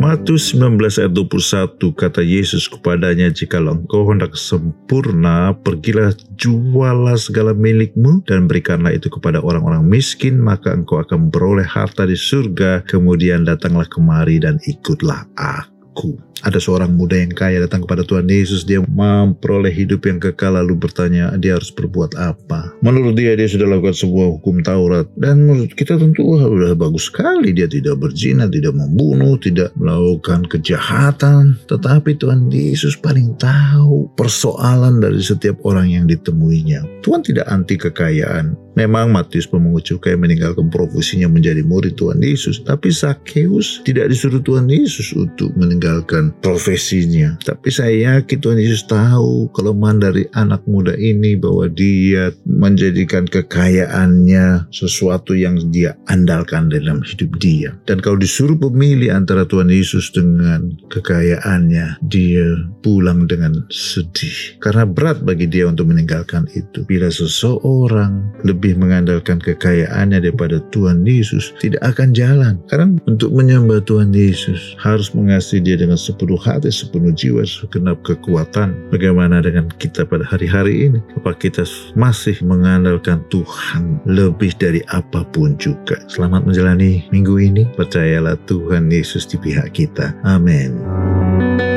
Matius 19 ayat 21, kata Yesus kepadanya, jikalau engkau hendak sempurna, pergilah jualah segala milikmu dan berikanlah itu kepada orang-orang miskin, maka engkau akan beroleh harta di surga. Kemudian datanglah kemari dan ikutlah aku. Ada seorang muda yang kaya datang kepada Tuhan Yesus. Dia memperoleh hidup yang kekal, lalu bertanya dia harus berbuat apa. Menurut dia sudah lakukan sebuah hukum Taurat, dan menurut kita tentu sudah bagus sekali. Dia tidak berzina, tidak membunuh, tidak melakukan kejahatan. Tetapi Tuhan Yesus paling tahu persoalan dari setiap orang yang ditemuinya. Tuhan tidak anti kekayaan. Memang Matius pemungut cukai meninggalkan profesinya menjadi murid Tuhan Yesus, tapi Zakheus tidak disuruh Tuhan Yesus untuk meninggalkan profesinya. Tapi saya yakin Tuhan Yesus tahu kelemahan dari anak muda ini, bahwa dia menjadikan kekayaannya sesuatu yang dia andalkan dalam hidup dia. Dan kalau disuruh memilih antara Tuhan Yesus dengan kekayaannya, dia pulang dengan sedih, karena berat bagi dia untuk meninggalkan itu. Bila seseorang lebih mengandalkan kekayaannya daripada Tuhan Yesus, tidak akan jalan. Karena untuk menyembah Tuhan Yesus harus mengasihi dia dengan sepenuh hati, sepenuh jiwa, segenap kekuatan. Bagaimana dengan kita pada hari-hari ini? Apakah kita masih mengandalkan Tuhan lebih dari apapun juga? Selamat menjalani minggu ini. Percayalah Tuhan Yesus di pihak kita. Amin.